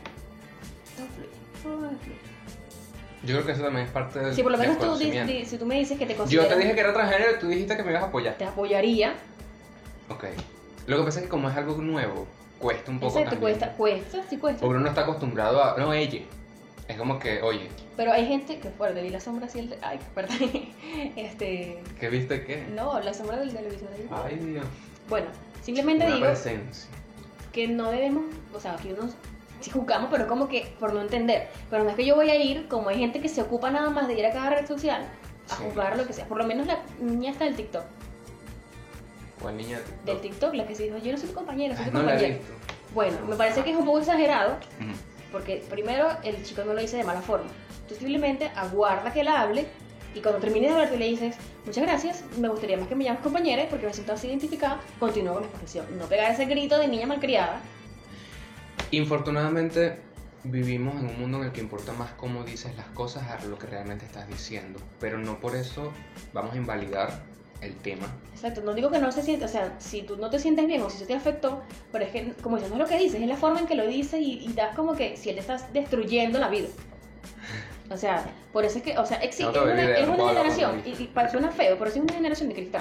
S1: Yo creo que eso también es parte del
S2: Si por lo menos tú,
S1: desconocimiento.
S2: si tú me dices que te
S1: Yo
S2: consideras...
S1: te dije que era transgénero y tú dijiste que me ibas a apoyar.
S2: Te apoyaría.
S1: Ok. Lo que pasa es que como es algo nuevo, cuesta un poco
S2: Exacto,
S1: también.
S2: cuesta.
S1: Porque uno no está acostumbrado a... No, ella. Es como que, oye,
S2: Pero hay gente que, bueno, te vi la sombra así, ay, perdón,
S1: ¿qué viste qué?
S2: no, la sombra del televisor ahí.
S1: Ay, Dios.
S2: Bueno, simplemente
S1: Una
S2: digo
S1: presencia.
S2: que no debemos, o sea, que uno sí juzgamos, pero como que por no entender. Pero no es que yo voy a ir, como hay gente que se ocupa nada más de ir a cada red social a
S1: Sí.
S2: juzgar lo que sea. Por lo menos la niña está del TikTok.
S1: ¿Cuál niña?
S2: Del TikTok, la que se dijo, yo no soy tu compañera, soy
S1: Ay,
S2: tu
S1: no la he
S2: compañera.
S1: visto.
S2: Bueno, me parece que es un poco exagerado,
S1: Ujú.
S2: porque primero el chico no lo dice de mala forma. Tú simplemente aguarda que él hable y cuando termine de hablar tú le dices, muchas gracias, me gustaría más que me llames compañera porque me siento así identificada, continúo con mi exposición. No pegar ese grito de niña malcriada.
S1: Infortunadamente vivimos en un mundo en el que importa más cómo dices las cosas a lo que realmente estás diciendo, pero no por eso vamos a invalidar el tema.
S2: Exacto, no digo que no se siente, o sea, si tú no te sientes bien o si eso te afectó, pero es que, como dices, no es lo que dices, es la forma en que lo dices y das como que si él te estás destruyendo la vida. O sea, por eso es que, o sea,
S1: No te doy idea,
S2: es
S1: no
S2: una
S1: puedo hablar por
S2: generación,
S1: mí.
S2: y suena feo, pero sí es una generación de cristal.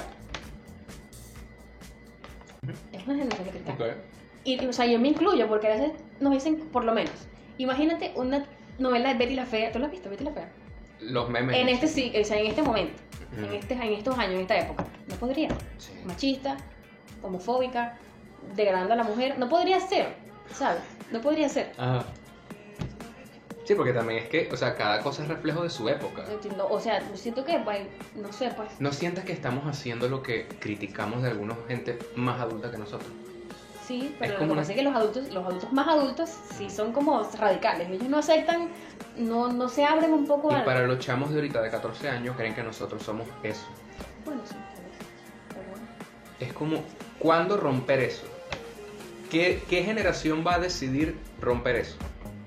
S2: Es una generación de cristal.
S1: Ok.
S2: Y, o sea, yo me incluyo porque a veces nos dicen, por lo menos, imagínate una novela de Betty la Fea, ¿tú la has visto, Betty la Fea?
S1: Los memes.
S2: En este sí, o sea, en este momento,
S1: Ujú.
S2: en estos años, en esta época, no podría.
S1: Sí.
S2: Machista, homofóbica, degradando a la mujer, no podría ser, ¿sabes? No podría ser.
S1: Ajá. Sí, porque también es que, o sea, cada cosa es reflejo de su época.
S2: No, o sea, siento que, pues, no sé, pues,
S1: ¿No sientes que estamos haciendo lo que criticamos de alguna gente más adulta que nosotros?
S2: sí, pero
S1: Es
S2: lo
S1: como
S2: que
S1: una-
S2: pasa es que los adultos más adultos sí son como radicales, ellos no aceptan, no se abren un poco
S1: Y
S2: al...
S1: para los chamos de ahorita de 14 años creen que nosotros somos eso.
S2: Bueno, sí, tal vez, pero bueno.
S1: Es como, ¿cuándo romper eso? ¿Qué generación va a decidir romper eso?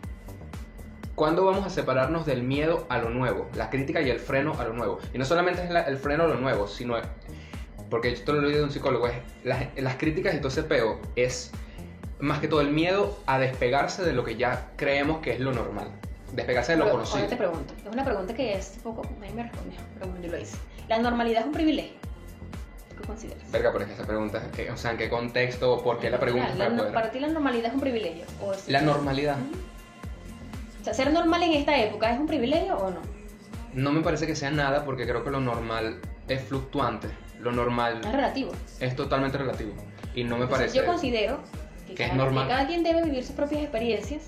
S1: ¿Cuándo vamos a separarnos del miedo a lo nuevo? La crítica y el freno a lo nuevo. Y no solamente es el freno a lo nuevo, sino... Porque esto lo he oído de un psicólogo, es las críticas y todo ese peo es más que todo el miedo a despegarse de lo que ya creemos que es lo normal. Despegarse de lo
S2: Pero,
S1: conocido.
S2: ahora te pregunto, es una pregunta que es un poco, nadie me respondió, pero bueno, yo lo hice. ¿La normalidad es un privilegio? ¿Qué consideras?
S1: Verga, pero es que esa pregunta, o sea, ¿en qué contexto o por qué la pregunta?
S2: Para ti la normalidad es un privilegio. ¿O es-
S1: La normalidad.
S2: O sea, ser normal en esta época es un privilegio o no?
S1: No me parece que sea nada porque creo que lo normal es fluctuante. Lo normal
S2: Es relativo.
S1: es totalmente relativo. Y no me
S2: Entonces,
S1: parece...
S2: yo considero
S1: que es normal.
S2: que cada quien debe vivir sus propias experiencias.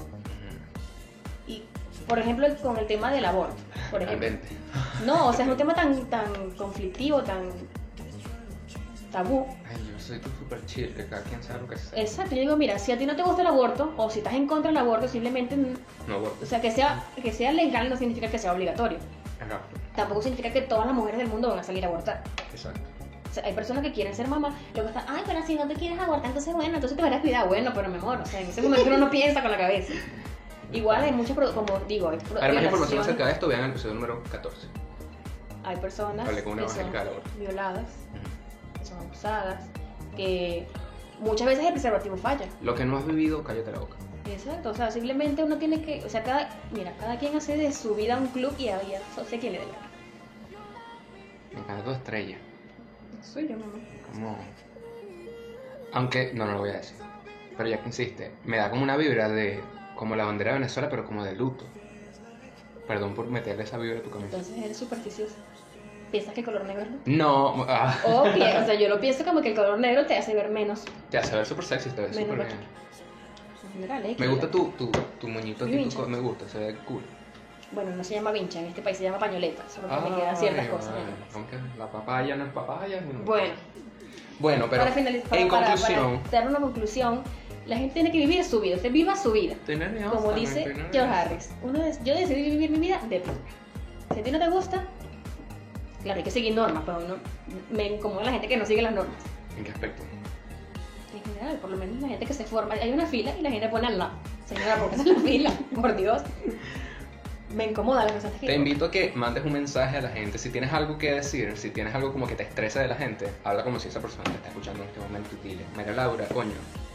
S2: Y, por ejemplo, con el tema del aborto. Por ejemplo.
S1: Realmente.
S2: No, o sea, es un tema tan conflictivo, tan tabú.
S1: Ay, yo soy tú súper chill, que cada quien sabe lo que sea.
S2: Exacto, yo digo, mira, si a ti no te gusta el aborto, o si estás en contra del aborto, simplemente,
S1: No aborto.
S2: o sea, que sea legal no significa que sea obligatorio.
S1: Ajá,
S2: Tampoco significa que todas las mujeres del mundo van a salir a abortar.
S1: exacto.
S2: O sea, hay personas que quieren ser mamá, luego están, ay, pero si no te quieres abortar, entonces bueno, entonces te verás cuidado. Bueno, pero mi amor, o sea, en ese momento uno no piensa con la cabeza. Igual hay muchos, como digo, hay
S1: Para más información
S2: violaciones.
S1: acerca de esto, vean el episodio número 14.
S2: Hay personas
S1: Hablé con una
S2: que son
S1: evangélica del aborto.
S2: violadas, que son abusadas, que muchas veces el preservativo falla.
S1: Lo que no has vivido, cállate la boca.
S2: Exacto, o sea, simplemente uno tiene que, o sea, cada quien hace de su vida un club y ahí sé quién le dé la gana.
S1: Me encanta tu estrella.
S2: Soy yo, mamá.
S1: Como... Aunque, no lo voy a decir. Pero ya que insiste, me da como una vibra de... Como la bandera de Venezuela, pero como de luto. Perdón por meterle esa vibra a tu camisa.
S2: Entonces eres supersticiosa. ¿Piensas que el color negro es luto?
S1: No,
S2: O sea, yo lo pienso como que el color negro te hace ver menos.
S1: te hace ver súper sexy, te ves
S2: Menos
S1: súper
S2: macho.
S1: bien.
S2: En general,
S1: Me gusta tu moñito
S2: Mi
S1: típico,
S2: vincha.
S1: me gusta, se ve cool.
S2: Bueno, no se llama vincha, en este país se llama pañoleta, solo que me quedan ciertas
S1: Ay,
S2: cosas.
S1: bueno, aunque la papaya no es papaya.
S2: Bueno,
S1: pero
S2: para finalizar,
S1: en conclusión,
S2: para dar una conclusión, la gente tiene que vivir su vida, usted viva su vida. Como dice George Harris, yo decidí vivir mi vida de pluma. Si a ti no te gusta, claro, hay que seguir normas, pero me incomoda la gente que no sigue las normas.
S1: ¿En qué aspecto?
S2: En general, por lo menos la gente que se forma, hay una fila y la gente pone al lado. Señora, ¿por qué es la fila? Por Dios. me incomoda las cosas que
S1: Te
S2: digo.
S1: invito a que mandes un mensaje a la gente. Si tienes algo que decir, si tienes algo como que te estresa de la gente, habla como si esa persona te está escuchando en este momento y dile, María Laura, coño.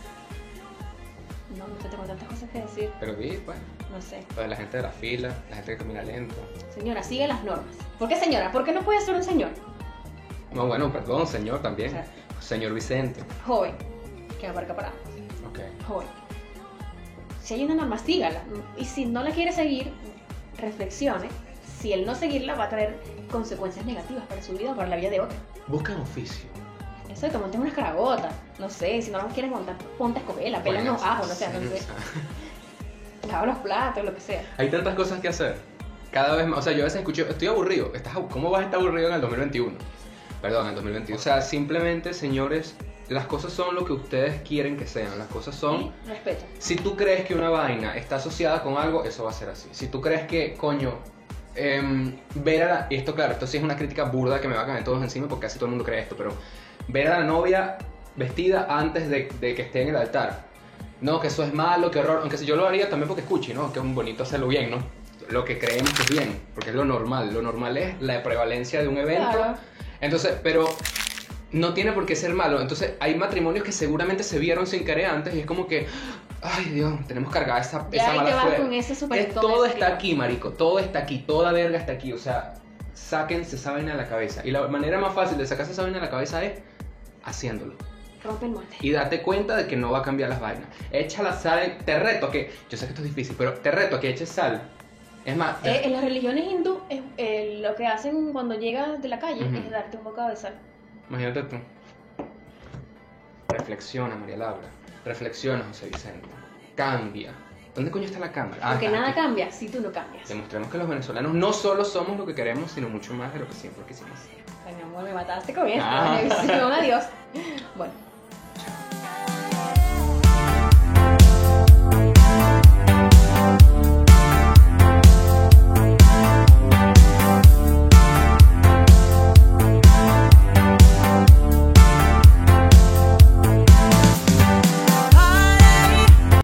S2: No sé, tengo tantas cosas que decir.
S1: Pero di, pues,
S2: No sé.
S1: lo de la gente de la fila, la gente que camina lento.
S2: Señora, sigue las normas. ¿Por qué señora? ¿Por qué no puede ser un señor?
S1: No, bueno, perdón, señor también.
S2: O sea,
S1: Señor Vicente.
S2: joven, que abarca para ambos.
S1: Ok.
S2: Joven. Si hay una norma, sígala. Y si no la quiere seguir, reflexione. Si el no seguirla va a traer consecuencias negativas para su vida o para la vida de otro.
S1: Busca un oficio.
S2: Eso de que montes una escaragota, no sé, si no las quieres montar, ponte a escobela, pela
S1: Bueno,
S2: unos ajos, no sé,
S1: sí,
S2: no sé,
S1: o sea,
S2: lava los platos, lo que sea.
S1: hay tantas cosas que hacer. Cada vez más. O sea, yo a veces escucho, estoy aburrido. ¿Cómo vas a estar aburrido en el 2021? Perdón, en el 2021. O sea, simplemente, señores, las cosas son lo que ustedes quieren que sean. Las cosas son...
S2: Y respeto.
S1: Si tú crees que una vaina está asociada con algo, eso va a ser así. Si tú crees que, coño, ver a la... Y esto, claro, esto sí es una crítica burda que me va a caer todos encima porque casi todo el mundo cree esto, pero ver a la novia vestida antes de que esté en el altar. No, que eso es malo, que horror. Aunque si yo lo haría también porque escuche, ¿no? Que es bonito hacerlo bien, ¿no? Lo que creemos que es bien, porque es lo normal. Lo normal es la prevalencia de un evento.
S2: Claro.
S1: Entonces, pero... no tiene por qué ser malo. Entonces hay matrimonios que seguramente se vieron sin querer antes y es como que, ay Dios, tenemos cargada esa
S2: Ya ahí
S1: mala
S2: te vas
S1: suerte.
S2: con ese super
S1: Todo está aquí, marico. Todo está aquí. Toda verga está aquí. O sea, sáquense esa vaina de la cabeza. Y la manera más fácil de sacarse esa vaina de la cabeza es haciéndolo.
S2: Rompe el molde.
S1: Y date cuenta de que no va a cambiar las vainas. Echa la sal. Te reto a que, yo sé que esto es difícil, pero te reto a que eches sal. Es más,
S2: En las religiones hindú, lo que hacen cuando llegas de la calle
S1: Ujú.
S2: es darte un bocado de sal.
S1: imagínate tú. Reflexiona, María Laura. Reflexiona, José Vicente. Cambia. ¿Dónde coño está la cámara?
S2: Porque
S1: acá.
S2: nada cambia si tú no cambias.
S1: Demostremos que los venezolanos no solo somos lo que queremos, sino mucho más de lo que siempre quisimos ser.
S2: Ay, mi amor, me mataste con esto.
S1: Ah.
S2: Televisión, adiós. Bueno.